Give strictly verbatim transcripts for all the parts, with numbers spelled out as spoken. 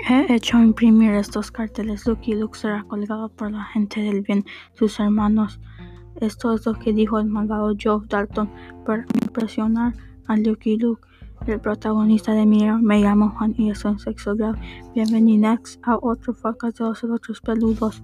He hecho imprimir estos carteles. Lucky Luke será colgado por la gente del bien, sus hermanos. Esto es lo que dijo el malvado Joe Dalton para impresionar a Lucky Luke. El protagonista de mi Me llamo Juan y es un sexo grave. Bienvenidos a otro podcast de los otros peludos.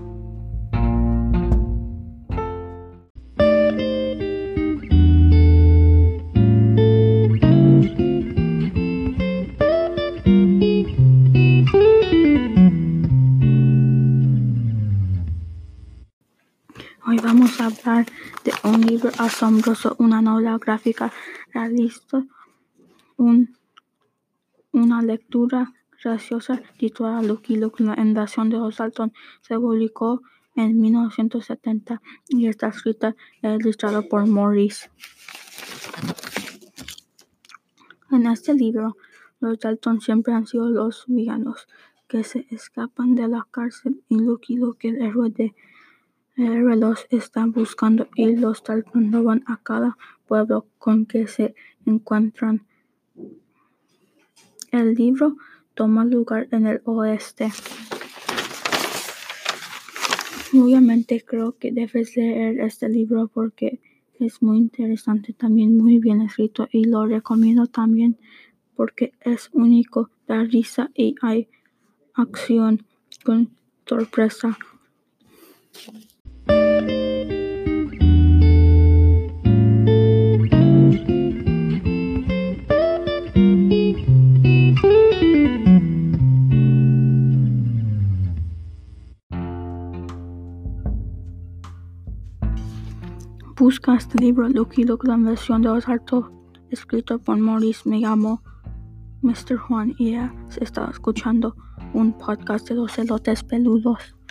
Hoy vamos a hablar de un libro asombroso, una novela gráfica realista, un, una lectura graciosa titulada Lucky Luke, la invasión de los Dalton. Se publicó en mil novecientos setenta y está escrita e ilustrado por Morris. En este libro, los Dalton siempre han sido los villanos que se escapan de la cárcel y Lucky Luke, el héroe de El héroe los está buscando y los Dalton roban a cada pueblo con que se encuentran. El libro toma lugar en el oeste. Obviamente creo que debes leer este libro porque es muy interesante, también muy bien escrito y lo recomiendo también porque es único, da risa y hay acción con sorpresa. Busca este libro, Lucky Luke, la invasión de los Dalton, escrito por Morris. Me llamo mister Juan y ya se está escuchando un podcast de los elotes peludos.